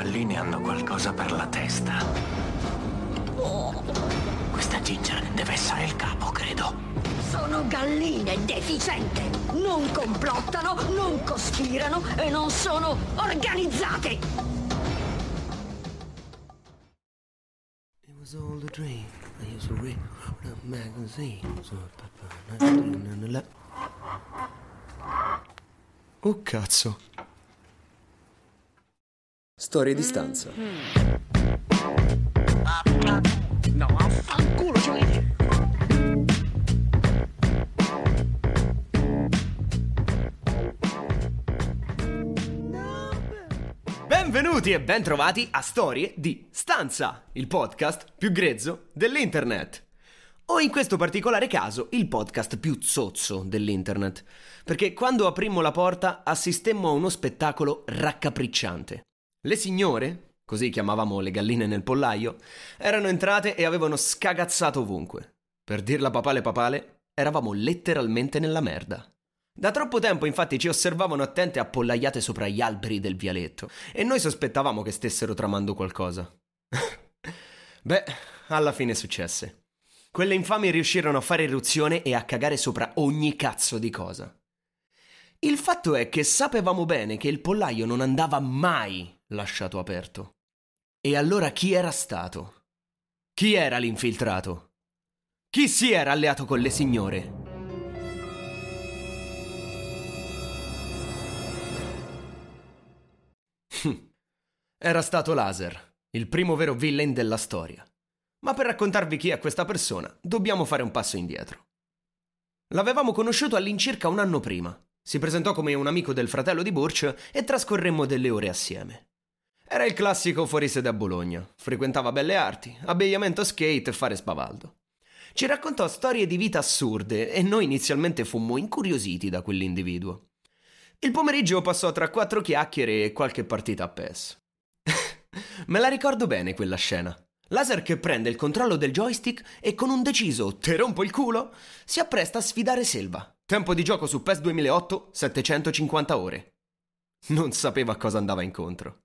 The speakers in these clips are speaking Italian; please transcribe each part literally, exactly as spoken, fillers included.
galline hanno qualcosa per la testa. Questa Ginger deve essere il capo, credo. Sono galline deficienti. Non complottano, non cospirano e non sono organizzate. It was all a dream. I used to read a magazine. Oh cazzo. Storie di stanza. No, affanculo, cioè. Benvenuti e bentrovati a Storie di Stanza, il podcast più grezzo dell'internet. O in questo particolare caso il podcast più zozzo dell'internet, perché quando aprimmo la porta assistemmo a uno spettacolo raccapricciante. Le signore, così chiamavamo le galline nel pollaio, erano entrate e avevano scagazzato ovunque. Per dirla papale papale, eravamo letteralmente nella merda. Da troppo tempo infatti ci osservavano attente appollaiate sopra gli alberi del vialetto e noi sospettavamo che stessero tramando qualcosa. Beh, alla fine successe. Quelle infami riuscirono a fare irruzione e a cagare sopra ogni cazzo di cosa. Il fatto è che sapevamo bene che il pollaio non andava mai lasciato aperto. E allora chi era stato? Chi era l'infiltrato? Chi si era alleato con le signore? Era stato Laser, il primo vero villain della storia. Ma per raccontarvi chi è questa persona, dobbiamo fare un passo indietro. L'avevamo conosciuto all'incirca un anno prima. Si presentò come un amico del fratello di Burch e trascorremmo delle ore assieme. Era il classico fuorisede a Bologna. Frequentava belle arti, abbigliamento skate e fare spavaldo. Ci raccontò storie di vita assurde e noi inizialmente fummo incuriositi da quell'individuo. Il pomeriggio passò tra quattro chiacchiere e qualche partita a P E S. Me la ricordo bene quella scena. Laser che prende il controllo del joystick e con un deciso "te rompo il culo" si appresta a sfidare Selva. Tempo di gioco su P E S duemilaotto, settecentocinquanta ore. Non sapeva a cosa andava incontro.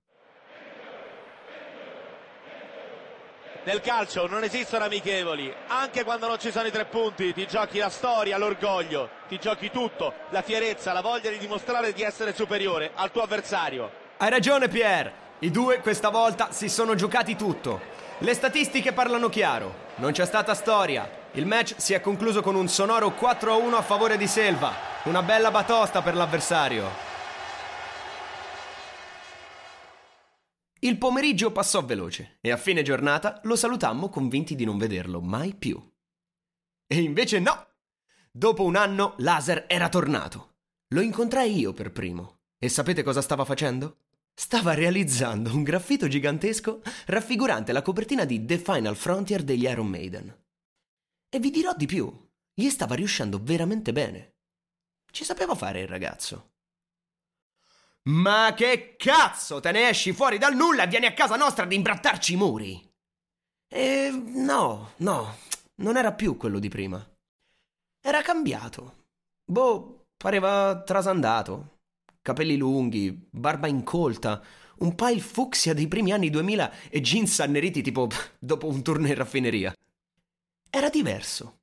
Nel calcio non esistono amichevoli, anche quando non ci sono i tre punti, ti giochi la storia, l'orgoglio, ti giochi tutto, la fierezza, la voglia di dimostrare di essere superiore al tuo avversario. Hai ragione Pierre, i due questa volta si sono giocati tutto. Le statistiche parlano chiaro, non c'è stata storia. Il match si è concluso con un sonoro quattro a uno a favore di Selva, una bella batosta per l'avversario. Il pomeriggio passò veloce e a fine giornata lo salutammo convinti di non vederlo mai più. E invece no! Dopo un anno Laser era tornato. Lo incontrai io per primo. E sapete cosa stava facendo? Stava realizzando un graffito gigantesco raffigurante la copertina di The Final Frontier degli Iron Maiden. E vi dirò di più, gli stava riuscendo veramente bene. Ci sapeva fare il ragazzo. Ma che cazzo, te ne esci fuori dal nulla e vieni a casa nostra ad imbrattarci i muri? E no, no, non era più quello di prima. Era cambiato. Boh, pareva trasandato. Capelli lunghi, barba incolta, un pile fucsia dei primi anni duemila e jeans anneriti tipo dopo un turno in raffineria. Era diverso.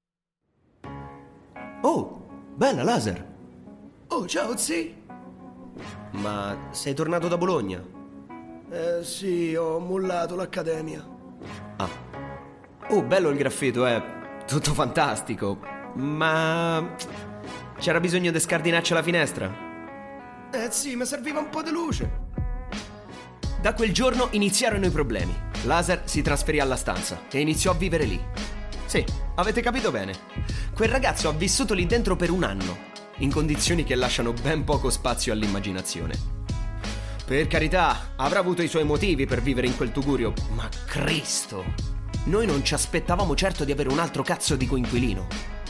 Oh, bella Laser. Oh, ciao, zi. Ma sei tornato da Bologna? Eh sì, ho mollato l'accademia. Ah. Oh, bello il graffito, eh. Tutto fantastico. Ma c'era bisogno di scardinarci la finestra? Eh sì, mi serviva un po' di luce. Da quel giorno iniziarono i problemi. Laser si trasferì alla stanza e iniziò a vivere lì. Sì, avete capito bene. Quel ragazzo ha vissuto lì dentro per un anno, in condizioni che lasciano ben poco spazio all'immaginazione. Per carità, avrà avuto i suoi motivi per vivere in quel tugurio, ma Cristo! Noi non ci aspettavamo certo di avere un altro cazzo di coinquilino.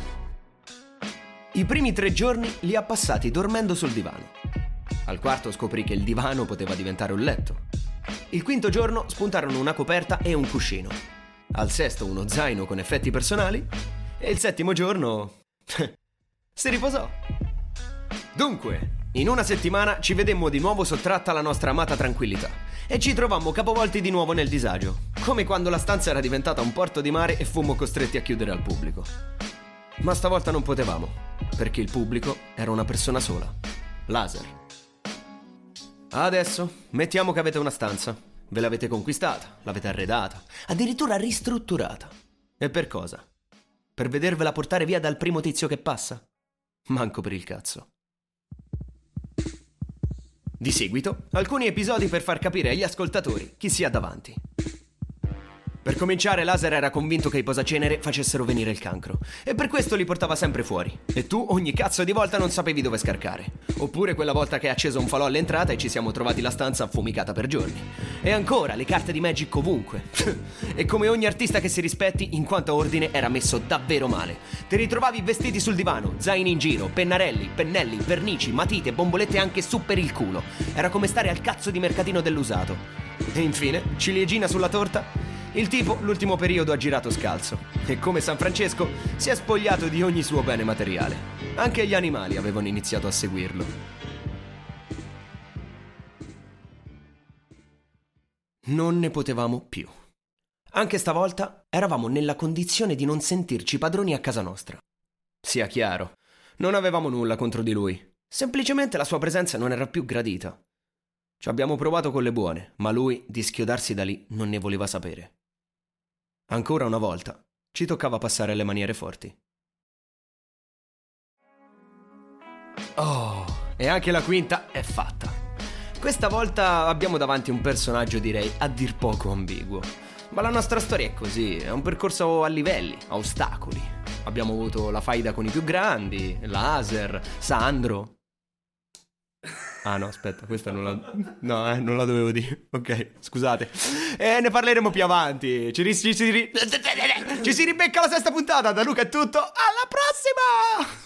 I primi tre giorni li ha passati dormendo sul divano. Al quarto scoprì che il divano poteva diventare un letto. Il quinto giorno spuntarono una coperta e un cuscino. Al sesto uno zaino con effetti personali. E il settimo giorno si riposò. Dunque, In una settimana ci vedemmo di nuovo sottratta la nostra amata tranquillità e ci trovammo capovolti di nuovo nel disagio, come quando la stanza era diventata un porto di mare e fummo costretti a chiudere al pubblico. Ma stavolta non potevamo, perché il pubblico era una persona sola, Laser. Adesso mettiamo che avete una stanza, ve l'avete conquistata, l'avete arredata, addirittura ristrutturata. E per cosa? Per vedervela portare via dal primo tizio che passa? Manco per il cazzo. Di seguito, alcuni episodi per far capire agli ascoltatori chi si ha davanti. Per cominciare, Laser era convinto che i posacenere facessero venire il cancro e per questo li portava sempre fuori. E tu ogni cazzo di volta non sapevi dove scaricare. Oppure quella volta che hai acceso un falò all'entrata e ci siamo trovati la stanza affumicata per giorni. E ancora, le carte di Magic ovunque. E come ogni artista che si rispetti, in quanto a ordine era messo davvero male. Ti ritrovavi vestiti sul divano, zaini in giro, pennarelli, pennelli, vernici, matite, bombolette anche su per il culo. Era come stare al cazzo di mercatino dell'usato. E infine, ciliegina sulla torta, il tipo l'ultimo periodo ha girato scalzo e come San Francesco si è spogliato di ogni suo bene materiale. Anche gli animali avevano iniziato a seguirlo. Non ne potevamo più. Anche stavolta eravamo nella condizione di non sentirci padroni a casa nostra. Sia chiaro, non avevamo nulla contro di lui. Semplicemente la sua presenza non era più gradita. Ci abbiamo provato con le buone, ma lui di schiodarsi da lì non ne voleva sapere. Ancora una volta ci toccava passare alle maniere forti. Oh, e anche la quinta è fatta. Questa volta abbiamo davanti un personaggio, direi, a dir poco ambiguo. Ma la nostra storia è così, è un percorso a livelli, a ostacoli. Abbiamo avuto la faida con i più grandi, Laser, Sandro. Ah no, aspetta, questa non la... No, eh, non la dovevo dire. Ok, scusate. E ne parleremo più avanti. Ci, ri... ci, si ri... ci si ribecca la sesta puntata. Da Luca è tutto. Alla prossima!